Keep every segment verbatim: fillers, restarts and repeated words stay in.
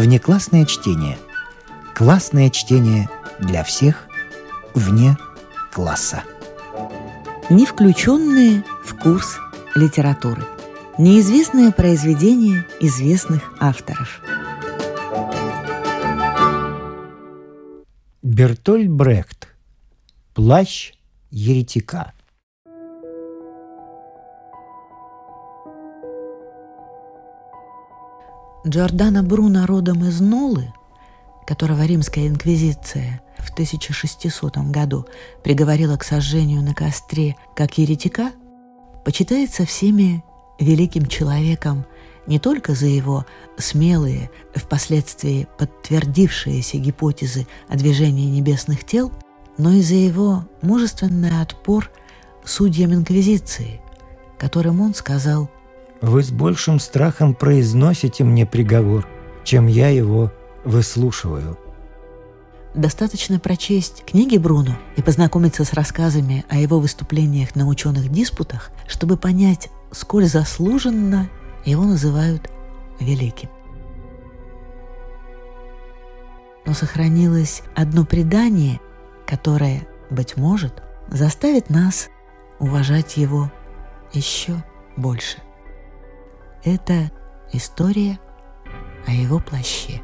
Внеклассное чтение. Классное чтение для всех вне класса. Не включенные в курс литературы. Неизвестное произведение известных авторов. Бертольд Брехт. Плащ еретика. Джордано Бруно родом из Нолы, которого римская инквизиция в тысяча шестисотом году приговорила к сожжению на костре как еретика, почитается всеми великим человеком не только за его смелые, впоследствии подтвердившиеся гипотезы о движении небесных тел, но и за его мужественный отпор судьям инквизиции, которым он сказал: «Вы с большим страхом произносите мне приговор, чем я его выслушиваю». Достаточно прочесть книги Бруно и познакомиться с рассказами о его выступлениях на ученых диспутах, чтобы понять, сколь заслуженно его называют великим. Но сохранилось одно предание, которое, быть может, заставит нас уважать его еще больше. Это история о его плаще.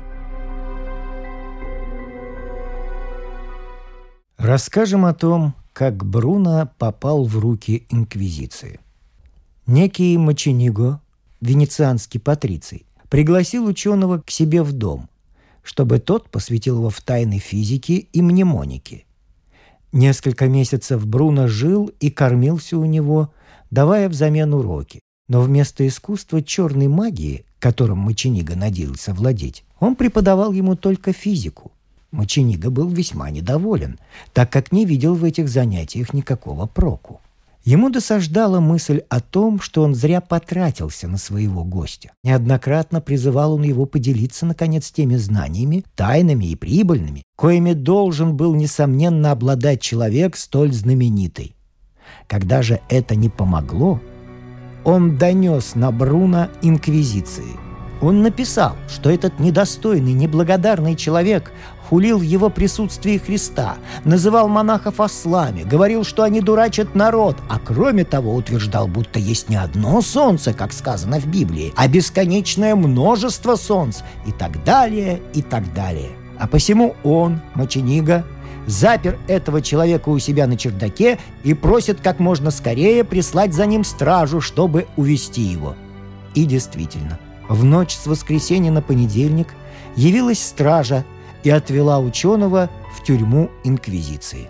Расскажем о том, как Бруно попал в руки инквизиции. Некий Мочениго, венецианский патриций, пригласил ученого к себе в дом, чтобы тот посвятил его в тайны физики и мнемоники. Несколько месяцев Бруно жил и кормился у него, давая взамен уроки. Но вместо искусства черной магии, которым Мочениго надеялся владеть, он преподавал ему только физику. Мочениго был весьма недоволен, так как не видел в этих занятиях никакого проку. Ему досаждала мысль о том, что он зря потратился на своего гостя. Неоднократно призывал он его поделиться, наконец, теми знаниями, тайными и прибыльными, коими должен был, несомненно, обладать человек столь знаменитый. Когда же это не помогло, он донес на Бруно инквизиции. Он написал, что этот недостойный, неблагодарный человек хулил в его присутствии Христа, называл монахов ослами, говорил, что они дурачат народ, а кроме того утверждал, будто есть не одно солнце, как сказано в Библии, а бесконечное множество солнц, и так далее, и так далее. А посему он, Мочениго, запер этого человека у себя на чердаке и просит как можно скорее прислать за ним стражу, чтобы увести его. И действительно, в ночь с воскресенья на понедельник явилась стража и отвела ученого в тюрьму инквизиции.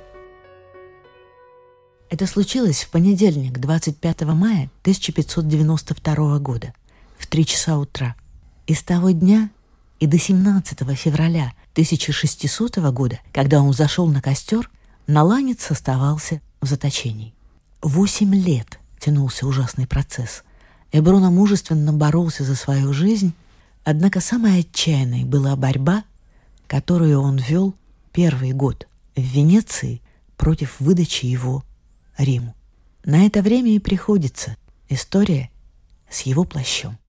Это случилось в понедельник, двадцать пятого мая тысяча пятьсот девяносто второго года, в три часа утра. И с того дня и до семнадцатого февраля тысяча шестисотого года, когда он зашел на костер, Наланец оставался в заточении. Восемь лет тянулся ужасный процесс, и Бруно мужественно боролся за свою жизнь, однако самой отчаянной была борьба, которую он вел первый год в Венеции против выдачи его Риму. На это время и приходится история с его плащом.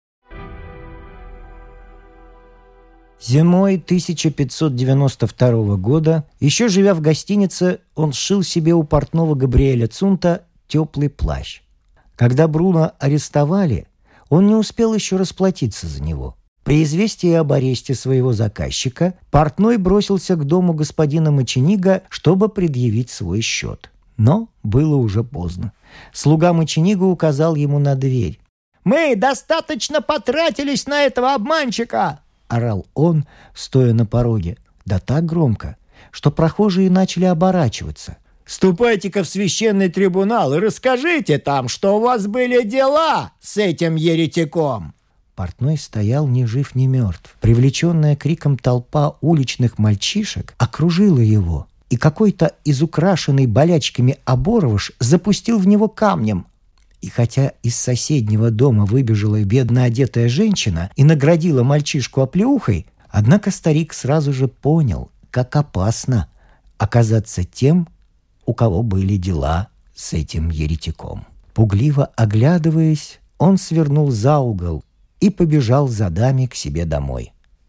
Зимой тысяча пятьсот девяносто второго года, еще живя в гостинице, он сшил себе у портного Габриэля Цунта теплый плащ. Когда Бруно арестовали, он не успел еще расплатиться за него. При известии об аресте своего заказчика портной бросился к дому господина Мочениго, чтобы предъявить свой счет. Но было уже поздно. Слуга Мочениго указал ему на дверь. «Мы достаточно потратились на этого обманщика!» — орал он, стоя на пороге, да так громко, что прохожие начали оборачиваться. «Ступайте-ка в священный трибунал и расскажите там, что у вас были дела с этим еретиком!» Портной стоял ни жив, ни мертв. Привлеченная криком толпа уличных мальчишек окружила его, и какой-то изукрашенный болячками оборвыш запустил в него камнем. И хотя из соседнего дома выбежала бедно одетая женщина и наградила мальчишку оплеухой, однако старик сразу же понял, как опасно оказаться тем, у кого были дела с этим еретиком. Пугливо оглядываясь, он свернул за угол и побежал за даме к себе домой.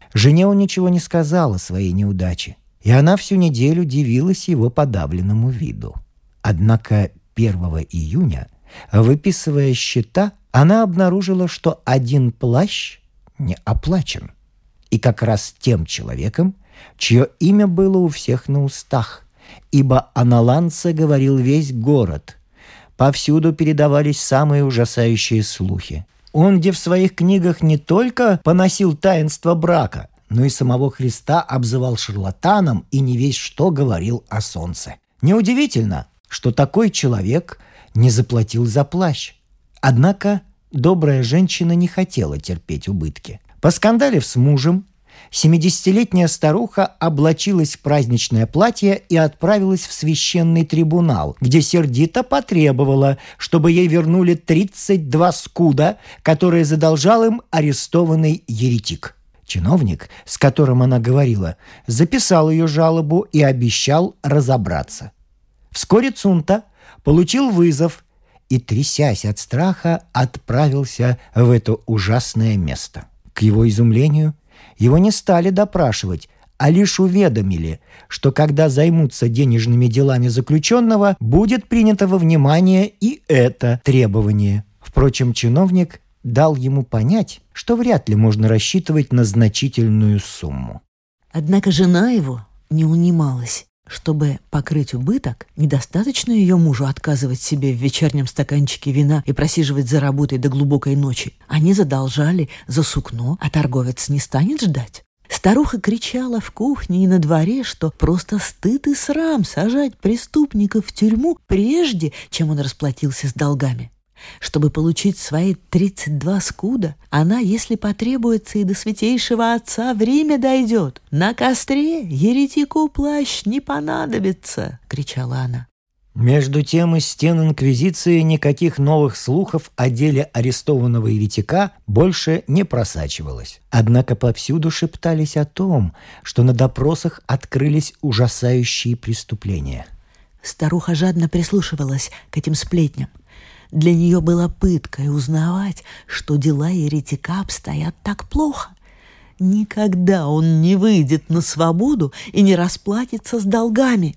Жене он ничего не сказал о своей неудаче, и она всю неделю дивилась его подавленному виду. Однако первого июня, выписывая счета, она обнаружила, что один плащ не оплачен. И как раз тем человеком, чье имя было у всех на устах, ибо о Наланце говорил весь город. Повсюду передавались самые ужасающие слухи. Он, где в своих книгах не только поносил таинство брака, но и самого Христа обзывал шарлатаном и не весь что говорил о солнце. Неудивительно, что такой человек не заплатил за плащ. Однако добрая женщина не хотела терпеть убытки. Поскандалив с мужем, семидесятилетняя старуха облачилась в праздничное платье и отправилась в священный трибунал, где сердито потребовала, чтобы ей вернули тридцать два скуда, которые задолжал им арестованный еретик. Чиновник, с которым она говорила, записал ее жалобу и обещал разобраться. Вскоре Цунта получил вызов и, трясясь от страха, отправился в это ужасное место. К его изумлению, его не стали допрашивать, а лишь уведомили, что когда займутся денежными делами заключенного, будет принято во внимание и это требование. Впрочем, чиновник дал ему понять, что вряд ли можно рассчитывать на значительную сумму. Однако жена его не унималась. Чтобы покрыть убыток, недостаточно ее мужу отказывать себе в вечернем стаканчике вина и просиживать за работой до глубокой ночи. Они задолжали за сукно, а торговец не станет ждать. Старуха кричала в кухне и на дворе, что просто стыд и срам сажать преступника в тюрьму, прежде чем он расплатился с долгами. Чтобы получить свои тридцать два скуда, она, если потребуется, и до святейшего отца в Риме дойдет. На костре еретику плащ не понадобится, кричала она. Между тем из стен Инквизиции никаких новых слухов о деле арестованного еретика больше не просачивалось. Однако повсюду шептались о том, что на допросах открылись ужасающие преступления. Старуха жадно прислушивалась к этим сплетням. Для нее было пыткой узнавать, что дела еретика обстоят так плохо. Никогда он не выйдет на свободу и не расплатится с долгами.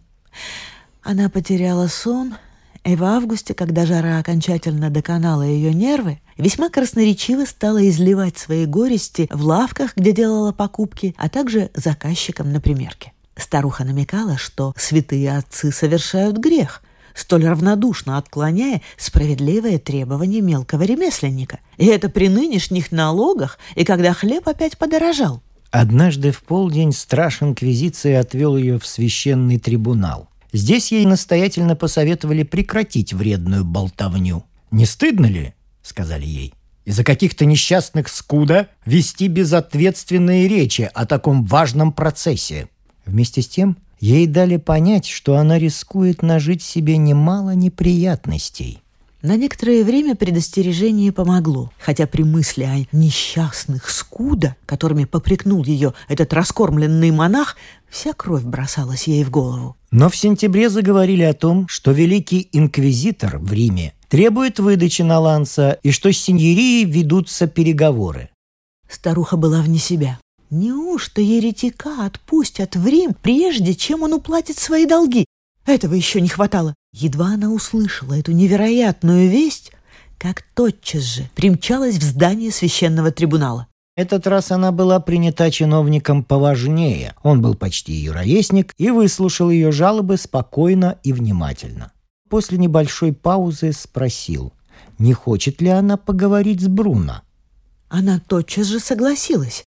Она потеряла сон, и в августе, когда жара окончательно доконала ее нервы, весьма красноречиво стала изливать свои горести в лавках, где делала покупки, а также заказчикам на примерке. Старуха намекала, что святые отцы совершают грех, столь равнодушно отклоняя справедливые требования мелкого ремесленника. И это при нынешних налогах, и когда хлеб опять подорожал. Однажды в полдень страж инквизиции отвел ее в священный трибунал. Здесь ей настоятельно посоветовали прекратить вредную болтовню. «Не стыдно ли, — сказали ей, — из-за каких-то несчастных скуда вести безответственные речи о таком важном процессе?» Вместе с тем ей дали понять, что она рискует нажить себе немало неприятностей. На некоторое время предостережение помогло, хотя при мысли о несчастных скуда, которыми попрекнул ее этот раскормленный монах, вся кровь бросалась ей в голову. Но в сентябре заговорили о том, что великий инквизитор в Риме требует выдачи Наланца и что с синьерией ведутся переговоры. Старуха была вне себя. Неужто еретика отпустят в Рим, прежде чем он уплатит свои долги? Этого еще не хватало. Едва она услышала эту невероятную весть, как тотчас же примчалась в здание священного трибунала. Этот раз она была принята чиновником поважнее. Он был почти ее ровесник и выслушал ее жалобы спокойно и внимательно. После небольшой паузы спросил, не хочет ли она поговорить с Бруно. Она тотчас же согласилась.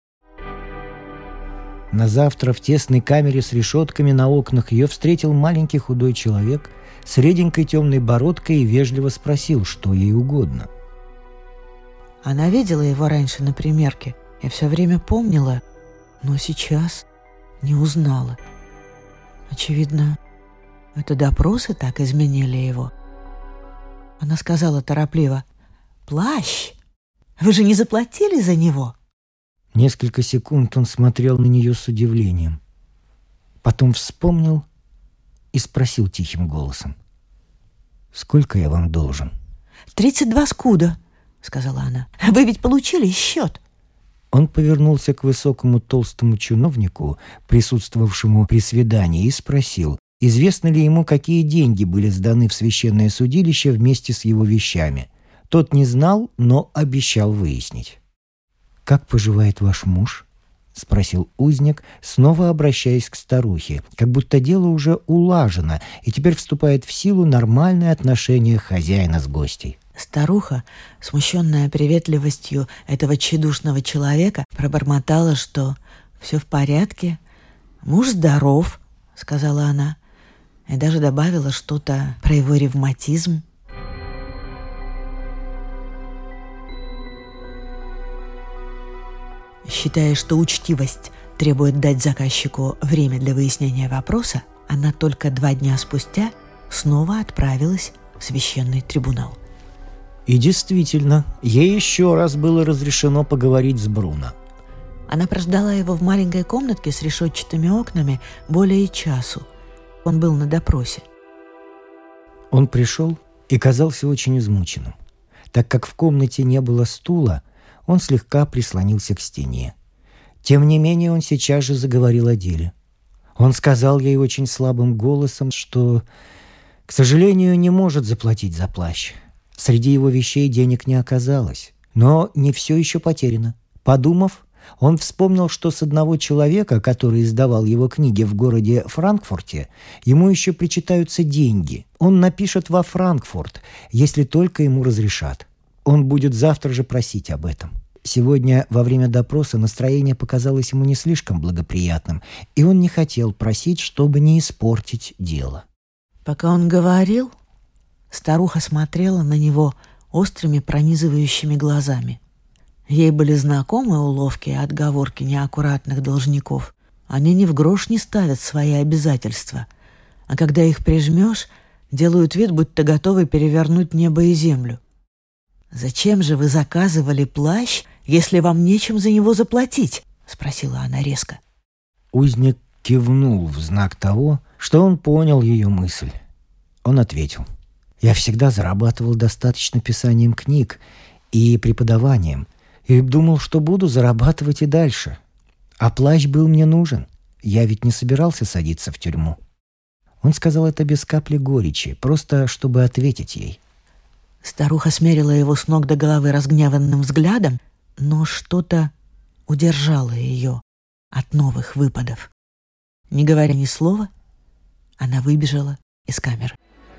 На завтра в тесной камере с решетками на окнах ее встретил маленький худой человек с реденькой темной бородкой и вежливо спросил, что ей угодно. Она видела его раньше на примерке и все время помнила, но сейчас не узнала. Очевидно, это допросы так изменили его. Она сказала торопливо: «Плащ! Вы же не заплатили за него?» Несколько секунд он смотрел на нее с удивлением. Потом вспомнил и спросил тихим голосом: «Сколько я вам должен?» «Тридцать два скуда», — сказала она. «Вы ведь получили счет». Он повернулся к высокому толстому чиновнику, присутствовавшему при свидании, и спросил, известно ли ему, какие деньги были сданы в священное судилище вместе с его вещами. Тот не знал, но обещал выяснить. «Как поживает ваш муж?» — спросил узник, снова обращаясь к старухе, как будто дело уже улажено, и теперь вступает в силу нормальное отношение хозяина с гостей. Старуха, смущенная приветливостью этого тщедушного человека, пробормотала, что все в порядке, муж здоров, — сказала она, и даже добавила что-то про его ревматизм. Считая, что учтивость требует дать заказчику время для выяснения вопроса, она только два дня спустя снова отправилась в священный трибунал. И действительно, ей еще раз было разрешено поговорить с Бруно. Она прождала его в маленькой комнатке с решетчатыми окнами более часу. Он был на допросе. Он пришел и казался очень измученным. Так как в комнате не было стула, он слегка прислонился к стене. Тем не менее, он сейчас же заговорил о деле. Он сказал ей очень слабым голосом, что, к сожалению, не может заплатить за плащ. Среди его вещей денег не оказалось, но не все еще потеряно. Подумав, он вспомнил, что с одного человека, который издавал его книги в городе Франкфурте, ему еще причитаются деньги. Он напишет во Франкфурт, если только ему разрешат. Он будет завтра же просить об этом. Сегодня во время допроса настроение показалось ему не слишком благоприятным, и он не хотел просить, чтобы не испортить дело. Пока он говорил, старуха смотрела на него острыми пронизывающими глазами. Ей были знакомы уловки и отговорки неаккуратных должников. Они ни в грош не ставят свои обязательства, а когда их прижмешь, делают вид, будто готовы перевернуть небо и землю. «Зачем же вы заказывали плащ, если вам нечем за него заплатить?» — спросила она резко. Узник кивнул в знак того, что он понял ее мысль. Он ответил: «Я всегда зарабатывал достаточно писанием книг и преподаванием, и думал, что буду зарабатывать и дальше. А плащ был мне нужен. Я ведь не собирался садиться в тюрьму». Он сказал это без капли горечи, просто чтобы ответить ей. Старуха смерила его с ног до головы разгневанным взглядом, но что-то удержало ее от новых выпадов. Не говоря ни слова, она выбежала из камеры.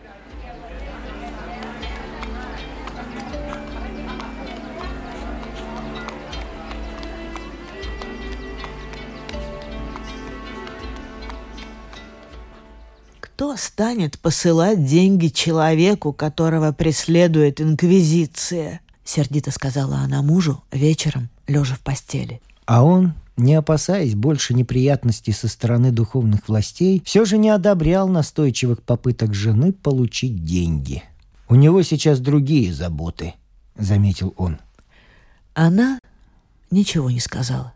Кто станет посылать деньги человеку, которого преследует инквизиция? Сердито сказала она мужу вечером, лежа в постели. А он, не опасаясь больше неприятностей со стороны духовных властей, все же не одобрял настойчивых попыток жены получить деньги. «У него сейчас другие заботы», — заметил он. Она ничего не сказала.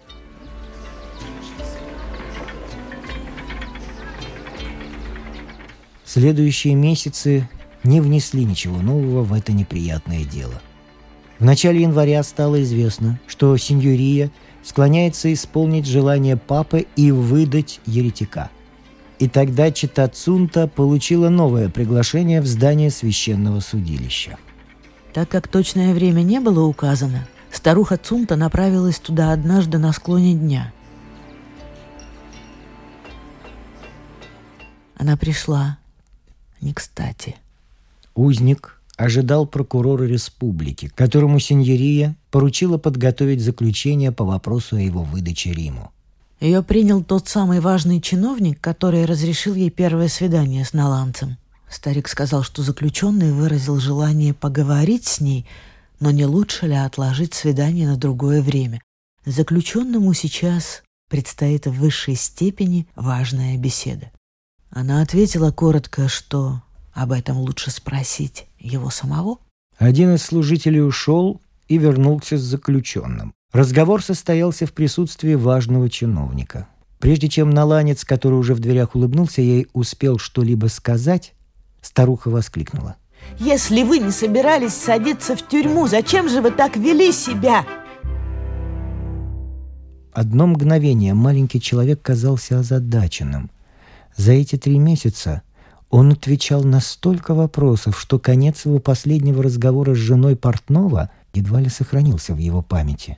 Следующие месяцы не внесли ничего нового в это неприятное дело. В начале января стало известно, что синьория склоняется исполнить желание папы и выдать еретика. И тогда чета Цунта получила новое приглашение в здание священного судилища. Так как точное время не было указано, старуха Цунта направилась туда однажды на склоне дня. Она пришла не кстати. Узник ожидал прокурора республики, которому синьория поручила подготовить заключение по вопросу о его выдаче Риму. Ее принял тот самый важный чиновник, который разрешил ей первое свидание с наланцем. Старик сказал, что заключенный выразил желание поговорить с ней, но не лучше ли отложить свидание на другое время. Заключенному сейчас предстоит в высшей степени важная беседа. Она ответила коротко, что об этом лучше спросить его самого. Один из служителей ушел и вернулся с заключенным. Разговор состоялся в присутствии важного чиновника. Прежде чем наланец, который уже в дверях улыбнулся ей, успел что-либо сказать, старуха воскликнула: «Если вы не собирались садиться в тюрьму, зачем же вы так вели себя?» Одно мгновение маленький человек казался озадаченным. За эти три месяца он отвечал на столько вопросов, что конец его последнего разговора с женой портного едва ли сохранился в его памяти.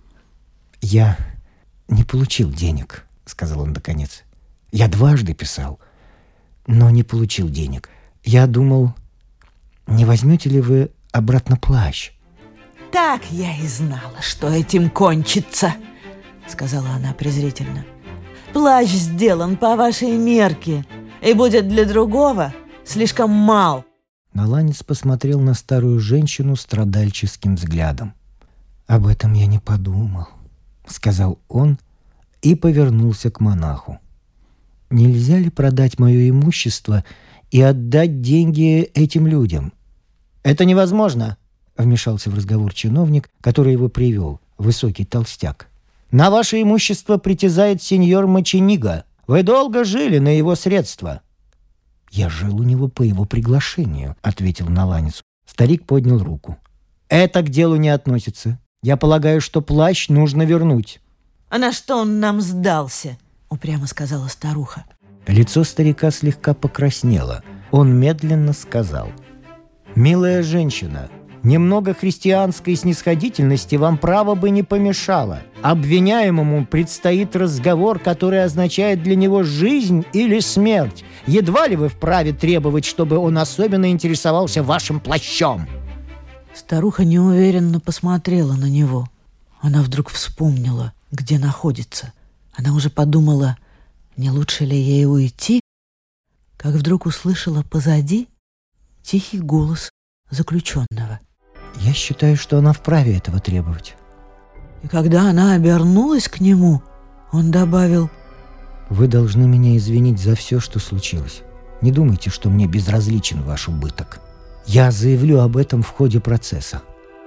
«Я не получил денег», — сказал он наконец. «Я дважды писал, но не получил денег. Я думал, не возьмете ли вы обратно плащ?» «Так я и знала, что этим кончится», — сказала она презрительно. «Плащ сделан по вашей мерке и будет для другого слишком мал». Наланец посмотрел на старую женщину страдальческим взглядом. «Об этом я не подумал», — сказал он и повернулся к монаху. «Нельзя ли продать мое имущество и отдать деньги этим людям?» «Это невозможно», — вмешался в разговор чиновник, который его привел, высокий толстяк. «На ваше имущество притязает сеньор Мочениго. Вы долго жили на его средства». «Я жил у него по его приглашению», — ответил Наланец. Старик поднял руку. «Это к делу не относится. Я полагаю, что плащ нужно вернуть». «А на что он нам сдался?» — упрямо сказала старуха. Лицо старика слегка покраснело. Он медленно сказал: «Милая женщина, немного христианской снисходительности вам право бы не помешало. Обвиняемому предстоит разговор, который означает для него жизнь или смерть. Едва ли вы вправе требовать, чтобы он особенно интересовался вашим плащом?» Старуха неуверенно посмотрела на него. Она вдруг вспомнила, где находится. Она уже подумала, не лучше ли ей уйти, как вдруг услышала позади тихий голос заключенного. «Я считаю, что она вправе этого требовать». И когда она обернулась к нему, он добавил: «Вы должны меня извинить за все, что случилось. Не думайте, что мне безразличен ваш убыток. Я заявлю об этом в ходе процесса».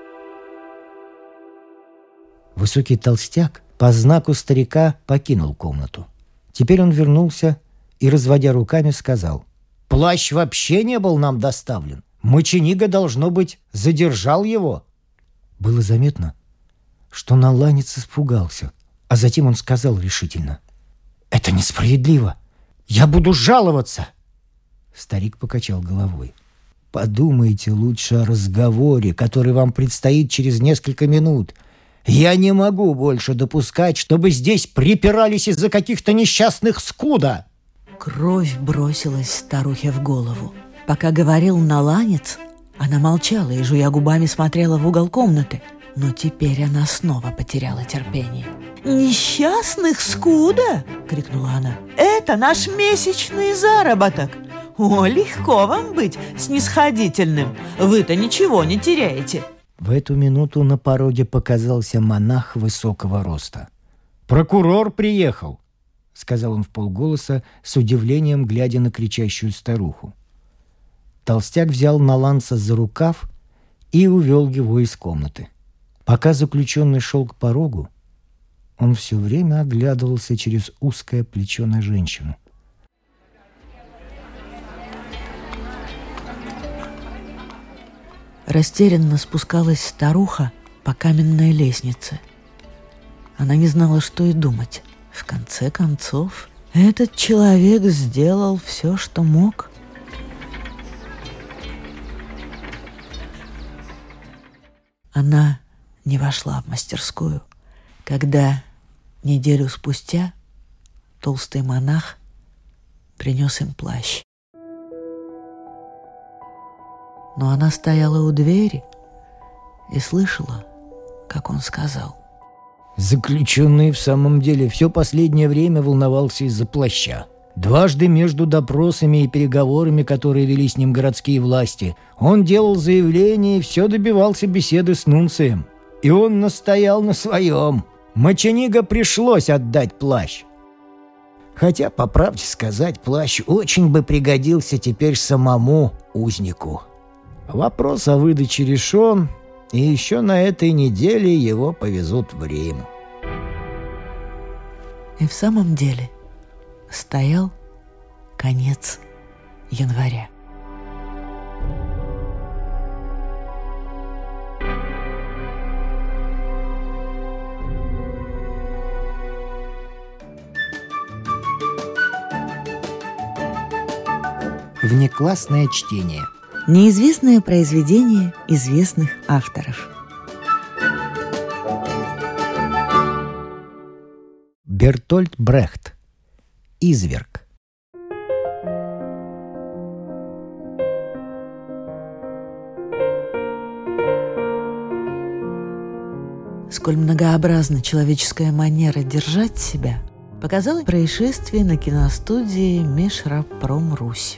Высокий толстяк по знаку старика покинул комнату. Теперь он вернулся и, разводя руками, сказал: «Плащ вообще не был нам доставлен. Мочениго, должно быть, задержал его». Было заметно, что Наланец испугался, а затем он сказал решительно: «Это несправедливо. Я буду жаловаться». Старик покачал головой. «Подумайте лучше о разговоре, который вам предстоит через несколько минут. Я не могу больше допускать, чтобы здесь припирались из-за каких-то несчастных скуда». Кровь бросилась старухе в голову. Пока говорил Наланец, она молчала и, жуя губами, смотрела в угол комнаты. Но теперь она снова потеряла терпение. «Несчастных скуда!» — крикнула она. «Это наш месячный заработок! О, легко вам быть снисходительным! Вы-то ничего не теряете!» В эту минуту на пороге показался монах высокого роста. «Прокурор приехал», — сказал он вполголоса, с удивлением глядя на кричащую старуху. Толстяк взял Наланца за рукав и увел его из комнаты. Пока заключенный шел к порогу, он все время оглядывался через узкое плечо на женщину. Растерянно спускалась старуха по каменной лестнице. Она не знала, что и думать. В конце концов, этот человек сделал все, что мог. Она не вошла в мастерскую, когда неделю спустя толстый монах принес им плащ. Но она стояла у двери и слышала, как он сказал: «Заключенный в самом деле все последнее время волновался из-за плаща. Дважды между допросами и переговорами, которые вели с ним городские власти, он делал заявления и все добивался беседы с нунцием. И он настоял на своем. Мочениго пришлось отдать плащ. Хотя, по правде сказать, плащ очень бы пригодился теперь самому узнику. Вопрос о выдаче решен, и еще на этой неделе его повезут в Рим». И в самом деле стоял конец января. внеклассное чтение. Неизвестное произведение известных авторов. Бертольд Брехт. «Изверг». Сколь многообразна человеческая манера держать себя, показало происшествие на киностудии Межрабпром-Русь.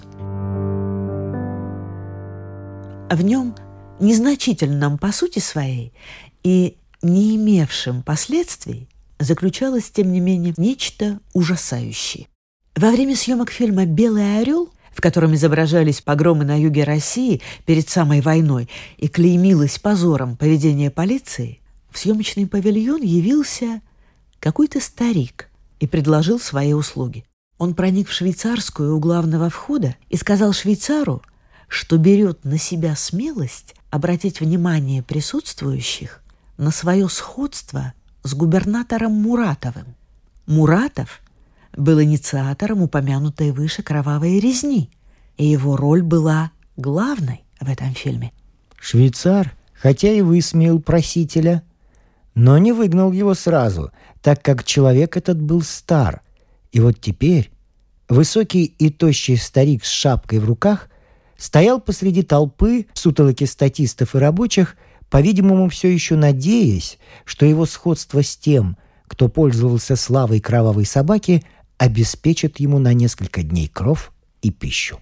В нем, незначительном по сути своей и не имевшем последствий, заключалось, тем не менее, нечто ужасающее. Во время съемок фильма «Белый орел», в котором изображались погромы на юге России перед самой войной и клеймилось позором поведение полиции, в съемочный павильон явился какой-то старик и предложил свои услуги. Он проник в швейцарскую у главного входа и сказал швейцару, что берет на себя смелость обратить внимание присутствующих на свое сходство с губернатором Муратовым. Муратов был инициатором упомянутой выше кровавой резни, и его роль была главной в этом фильме. Швейцар, хотя и высмеял просителя, но не выгнал его сразу, так как человек этот был стар. И вот теперь высокий и тощий старик с шапкой в руках стоял посреди толпы в сутолоке статистов и рабочих, по-видимому, все еще надеясь, что его сходство с тем, кто пользовался славой кровавой собаки, обеспечит ему на несколько дней кров и пищу.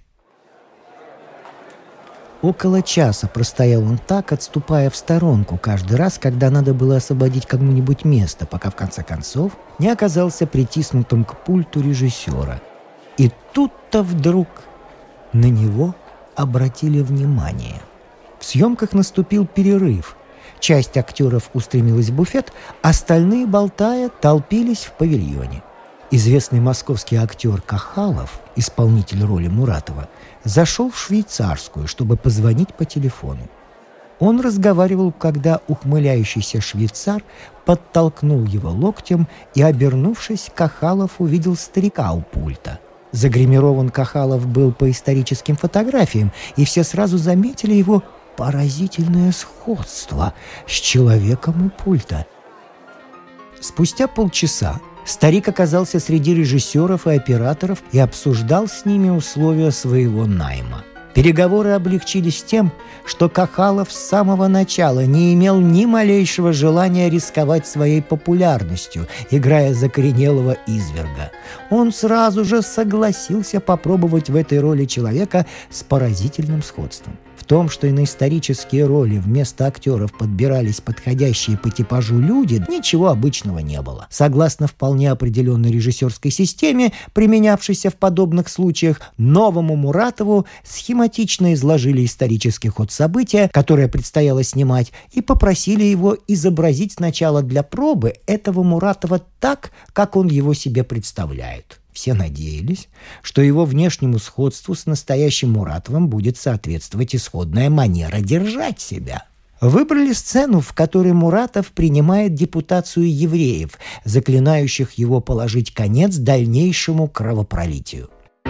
Около часа простоял он так, отступая в сторонку каждый раз, когда надо было освободить кому-нибудь место, пока в конце концов не оказался притиснутым к пульту режиссера. И тут-то вдруг на него обратили внимание. В съемках наступил перерыв. Часть актеров устремилась в буфет, остальные, болтая, толпились в павильоне. Известный московский актер Кахалов, исполнитель роли Муратова, зашел в швейцарскую, чтобы позвонить по телефону. Он разговаривал, когда ухмыляющийся швейцар подтолкнул его локтем, и, обернувшись, Кахалов увидел старика у пульта. Загримирован Кахалов был по историческим фотографиям, и все сразу заметили его поразительное сходство с человеком у пульта. Спустя полчаса старик оказался среди режиссеров и операторов и обсуждал с ними условия своего найма. Переговоры облегчились тем, что Кахалов с самого начала не имел ни малейшего желания рисковать своей популярностью, играя закоренелого изверга. Он сразу же согласился попробовать в этой роли человека с поразительным сходством. В том, что и на исторические роли вместо актеров подбирались подходящие по типажу люди, ничего обычного не было. Согласно вполне определенной режиссерской системе, применявшейся в подобных случаях, новому Муратову схематично изложили исторический ход события, которое предстояло снимать, и попросили его изобразить сначала для пробы этого Муратова так, как он его себе представляет. Все надеялись, что его внешнему сходству с настоящим Муратовым будет соответствовать исходная манера держать себя. Выбрали сцену, в которой Муратов принимает депутацию евреев, заклинающих его положить конец дальнейшему кровопролитию.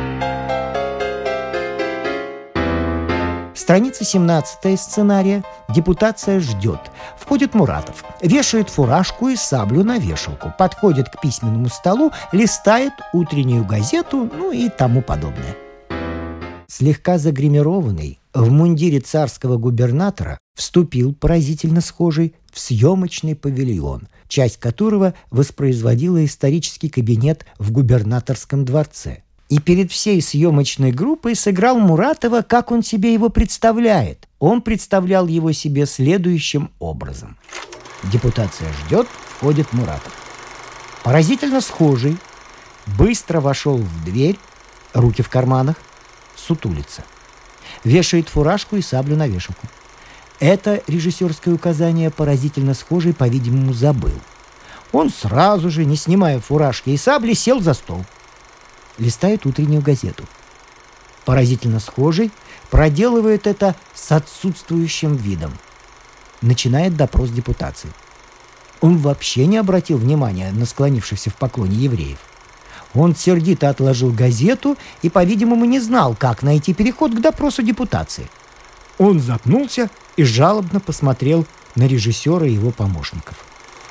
Страница семнадцатая сценария. Депутация ждет. Входит Муратов, вешает фуражку и саблю на вешалку, подходит к письменному столу, листает утреннюю газету, ну и тому подобное. Слегка загримированный, в мундире царского губернатора, вступил, поразительно схожий, в съемочный павильон, часть которого воспроизводила исторический кабинет в губернаторском дворце. И перед всей съемочной группой сыграл Муратова, как он себе его представляет. Он представлял его себе следующим образом. Депутация ждет, входит Муратов. Поразительно схожий, быстро вошел в дверь, руки в карманах, сутулится. Вешает фуражку и саблю на вешалку. Это режиссерское указание поразительно схожий, по-видимому, забыл. Он сразу же, не снимая фуражки и сабли, сел за стол. Листает утреннюю газету. Поразительно схожий проделывает это с отсутствующим видом. Начинает допрос депутации. Он вообще не обратил внимания на склонившихся в поклоне евреев. Он сердито отложил газету и, по-видимому, не знал, как найти переход к допросу депутации. Он запнулся и жалобно посмотрел на режиссера и его помощников.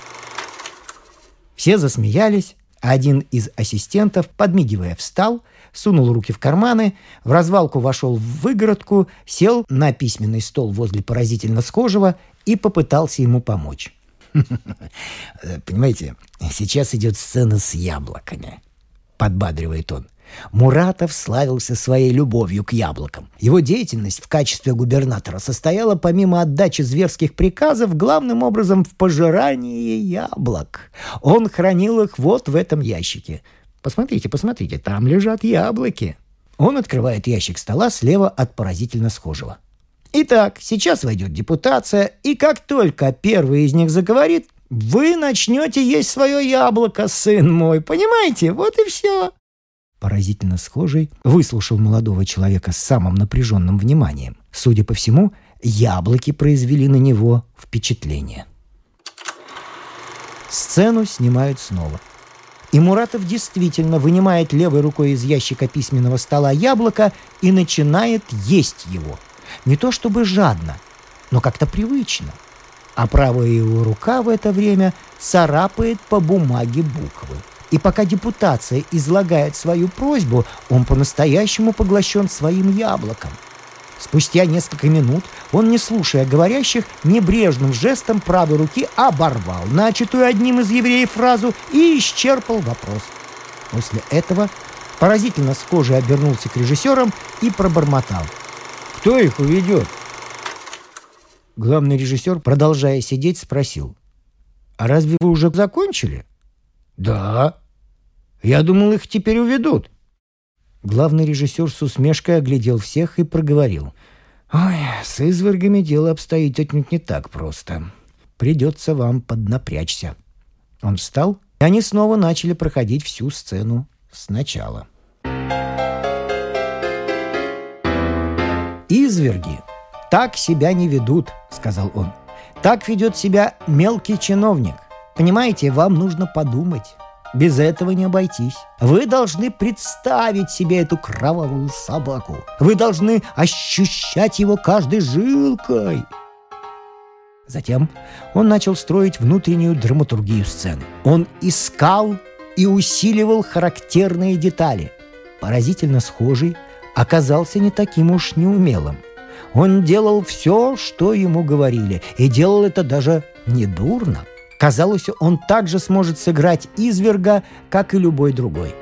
Все засмеялись, а один из ассистентов, подмигивая, встал, сунул руки в карманы, в развалку вошел в выгородку, сел на письменный стол возле поразительно схожего и попытался ему помочь. «Понимаете, сейчас идет сцена с яблоками», — подбадривает он. Муратов славился своей любовью к яблокам. Его деятельность в качестве губернатора состояла, помимо отдачи зверских приказов, главным образом в пожирании яблок. Он хранил их вот в этом ящике. Посмотрите, посмотрите, там лежат яблоки. Он открывает ящик стола слева от поразительно схожего. Итак, сейчас войдет депутация, и как только первый из них заговорит, вы начнете есть свое яблоко, сын мой. Понимаете? Вот и все. Поразительно схожий выслушал молодого человека с самым напряженным вниманием. Судя по всему, яблоки произвели на него впечатление. Сцену снимают снова. И Муратов действительно вынимает левой рукой из ящика письменного стола яблоко и начинает есть его. Не то чтобы жадно, но как-то привычно. А правая его рука в это время царапает по бумаге буквы. И пока депутация излагает свою просьбу, он по-настоящему поглощен своим яблоком. Спустя несколько минут он, не слушая говорящих, небрежным жестом правой руки оборвал начатую одним из евреев фразу и исчерпал вопрос. После этого поразительно схожий обернулся к режиссерам и пробормотал: «Кто их уведет?» Главный режиссер, продолжая сидеть, спросил: «А разве вы уже закончили?» «Да. Я думал, их теперь уведут». Главный режиссер с усмешкой оглядел всех и проговорил: «Ой, с извергами дело обстоит отнюдь не так просто. Придется вам поднапрячься». Он встал, и они снова начали проходить всю сцену сначала. «Изверги так себя не ведут», — сказал он. «Так ведет себя мелкий чиновник. Понимаете, вам нужно подумать. Без этого не обойтись. Вы должны представить себе эту кровавую собаку. Вы должны ощущать его каждой жилкой». Затем он начал строить внутреннюю драматургию сцены. Он искал и усиливал характерные детали. Поразительно схожий оказался не таким уж неумелым. Он делал все, что ему говорили, и делал это даже недурно. Казалось, он также сможет сыграть изверга, как и любой другой.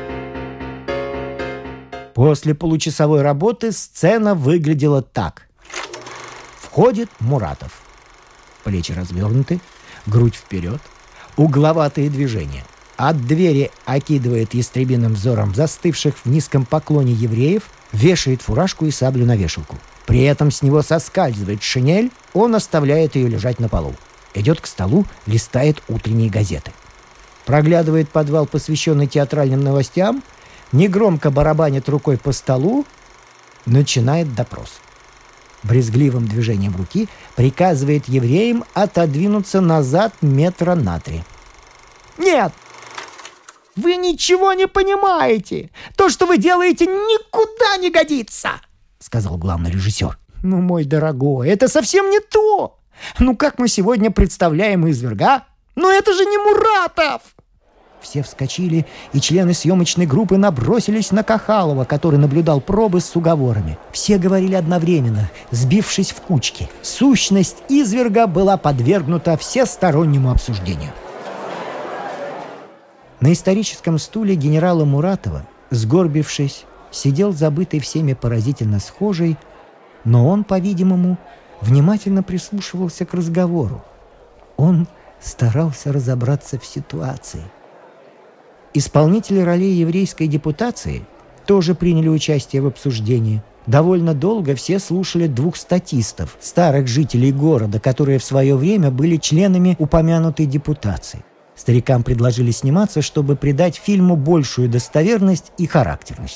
После получасовой работы сцена выглядела так. Входит Муратов. Плечи развернуты, грудь вперед, угловатые движения. От двери окидывает ястребиным взором застывших в низком поклоне евреев, вешает фуражку и саблю на вешалку. При этом с него соскальзывает шинель, он оставляет ее лежать на полу. Идет к столу, листает утренние газеты. Проглядывает подвал, посвященный театральным новостям, негромко барабанит рукой по столу, начинает допрос. Брезгливым движением руки приказывает евреям отодвинуться назад метра на три. «Нет! Вы ничего не понимаете! То, что вы делаете, никуда не годится!» — сказал главный режиссер. «Ну, мой дорогой, это совсем не то! Ну, как мы сегодня представляем изверга? Ну, это же не Муратов!» Все вскочили, и члены съемочной группы набросились на Кахалова, который наблюдал пробы с уговорами. Все говорили одновременно, сбившись в кучки. Сущность изверга была подвергнута всестороннему обсуждению. На историческом стуле генерала Муратова, сгорбившись, сидел забытый всеми поразительно схожий, но он, по-видимому, внимательно прислушивался к разговору. Он старался разобраться в ситуации. Исполнители ролей еврейской депутации тоже приняли участие в обсуждении. Довольно долго все слушали двух статистов, старых жителей города, которые в свое время были членами упомянутой депутации. Старикам предложили сниматься, чтобы придать фильму большую достоверность и характерность.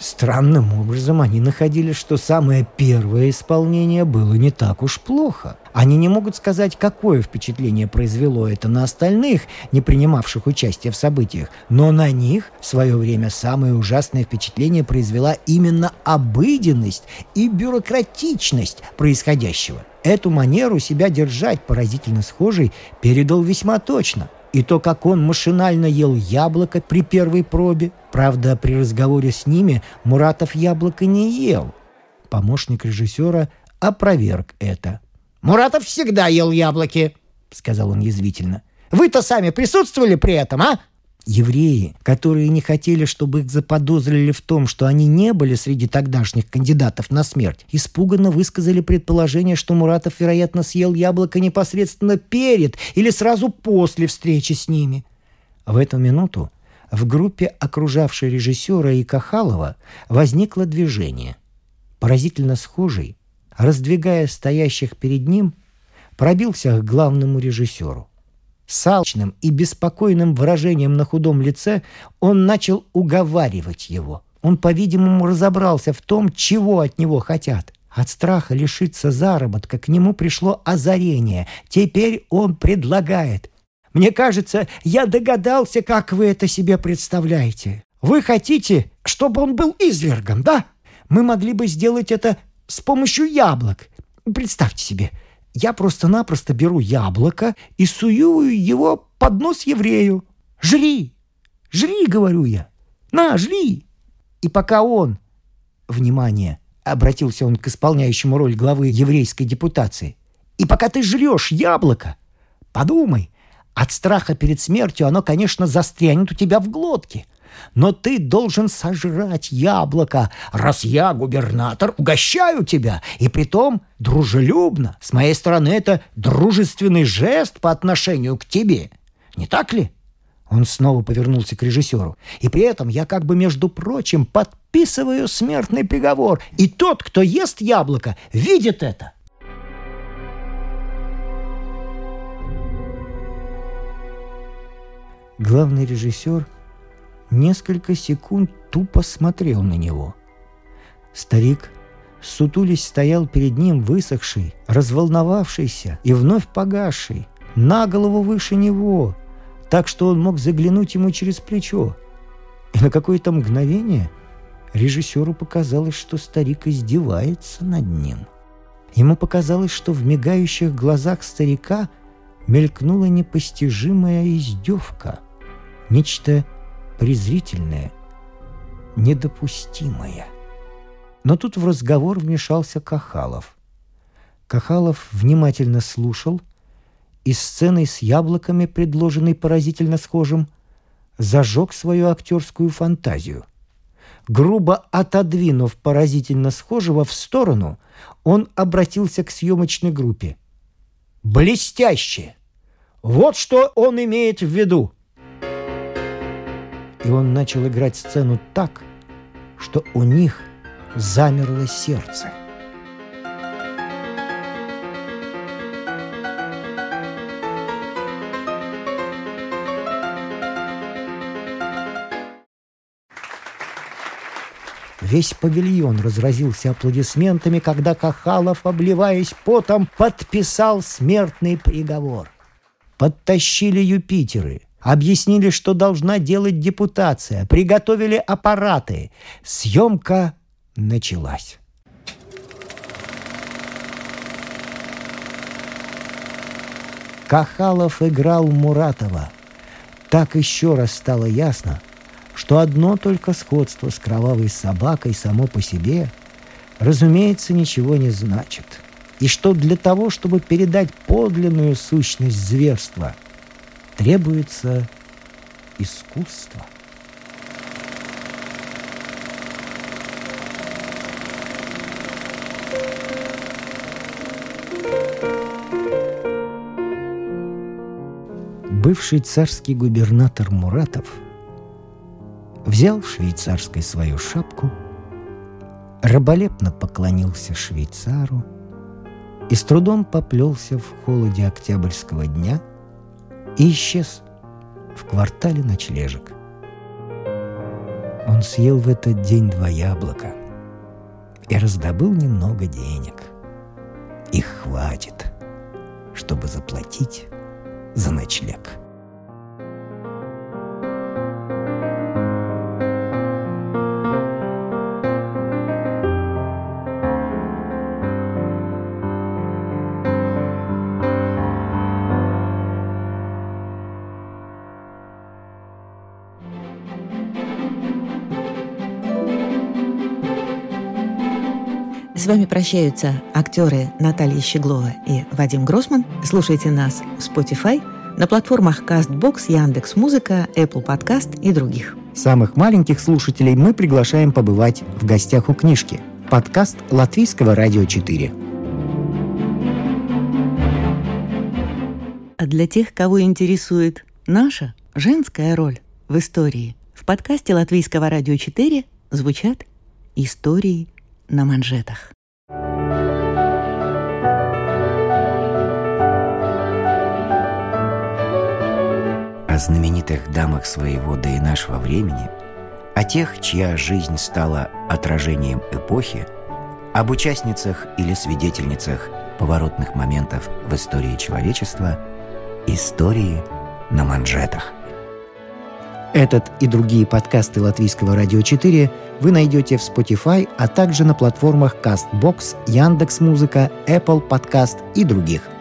Странным образом они находили, что самое первое исполнение было не так уж плохо. Они не могут сказать, какое впечатление произвело это на остальных, не принимавших участия в событиях, но на них в свое время самое ужасное впечатление произвела именно обыденность и бюрократичность происходящего. Эту манеру себя держать, поразительно схожей, передал весьма точно. И то, как он машинально ел яблоко при первой пробе. Правда, при разговоре с ними Муратов яблоко не ел. Помощник режиссера опроверг это. «Муратов всегда ел яблоки», — сказал он язвительно. «Вы-то сами присутствовали при этом, а?» Евреи, которые не хотели, чтобы их заподозрили в том, что они не были среди тогдашних кандидатов на смерть, испуганно высказали предположение, что Муратов, вероятно, съел яблоко непосредственно перед или сразу после встречи с ними. В эту минуту в группе, окружавшей режиссера и Кахалова, возникло движение. Поразительно схожий, раздвигая стоящих перед ним, пробился к главному режиссеру. С алчным и беспокойным выражением на худом лице он начал уговаривать его. Он, по-видимому, разобрался в том, чего от него хотят. От страха лишиться заработка к нему пришло озарение. Теперь он предлагает. «Мне кажется, я догадался, как вы это себе представляете. Вы хотите, чтобы он был извергом, да? Мы могли бы сделать это с помощью яблок. Представьте себе». Я просто-напросто беру яблоко и сую его под нос еврею. «Жри! Жри!» — говорю я. «На, жри!» И пока он... Внимание! Обратился он к исполняющему роль главы еврейской депутации. «И пока ты жрешь яблоко, подумай, от страха перед смертью оно, конечно, застрянет у тебя в глотке. Но ты должен сожрать яблоко, раз я, губернатор, угощаю тебя, и притом дружелюбно. С моей стороны это дружественный жест по отношению к тебе. Не так ли?» Он снова повернулся к режиссеру. «И при этом я как бы, между прочим, подписываю смертный приговор. И тот, кто ест яблоко, видит это». Главный режиссер несколько секунд тупо смотрел на него. Старик, сутулясь, стоял перед ним высохший, разволновавшийся и вновь погасший, на голову выше него, так что он мог заглянуть ему через плечо. И на какое-то мгновение режиссеру показалось, что старик издевается над ним. Ему показалось, что в мигающих глазах старика мелькнула непостижимая издевка, нечто презрительное, недопустимое. Но тут в разговор вмешался Кахалов. Кахалов внимательно слушал и сценой с яблоками, предложенной поразительно схожим, зажег свою актерскую фантазию. Грубо отодвинув поразительно схожего в сторону, он обратился к съемочной группе. «Блестяще! Вот что он имеет в виду!» И он начал играть сцену так, что у них замерло сердце. Весь павильон разразился аплодисментами, когда Кахалов, обливаясь потом, подписал смертный приговор. Подтащили Юпитеры. Объяснили, что должна делать депутация, приготовили аппараты. Съемка началась. Кахалов играл Муратова. Так еще раз стало ясно, что одно только сходство с кровавой собакой само по себе, разумеется, ничего не значит. И что для того, чтобы передать подлинную сущность зверства, требуется искусство. Бывший царский губернатор Муратов взял в швейцарской свою шапку, раболепно поклонился швейцару и с трудом поплелся в холоде октябрьского дня и исчез в квартале ночлежек. Он Он съел в этот день два яблока и раздобыл немного денег. Их хватит, чтобы заплатить за ночлег. С вами прощаются актеры Наталья Щеглова и Вадим Гроссман. Слушайте нас в Spotify, на платформах CastBox, Яндекс.Музыка, Apple Podcast и других. Самых маленьких слушателей мы приглашаем побывать в гостях у книжки. Подкаст Латвийского радио четыре. А для тех, кого интересует наша женская роль в истории, в подкасте Латвийского радио четыре звучат истории на манжетах. О знаменитых дамах своего да и нашего времени, о тех, чья жизнь стала отражением эпохи, об участницах или свидетельницах поворотных моментов в истории человечества, истории на манжетах. Этот и другие подкасты Латвийского радио четыре вы найдете в Spotify, а также на платформах CastBox, Яндекс.Музыка, Apple Podcast и других.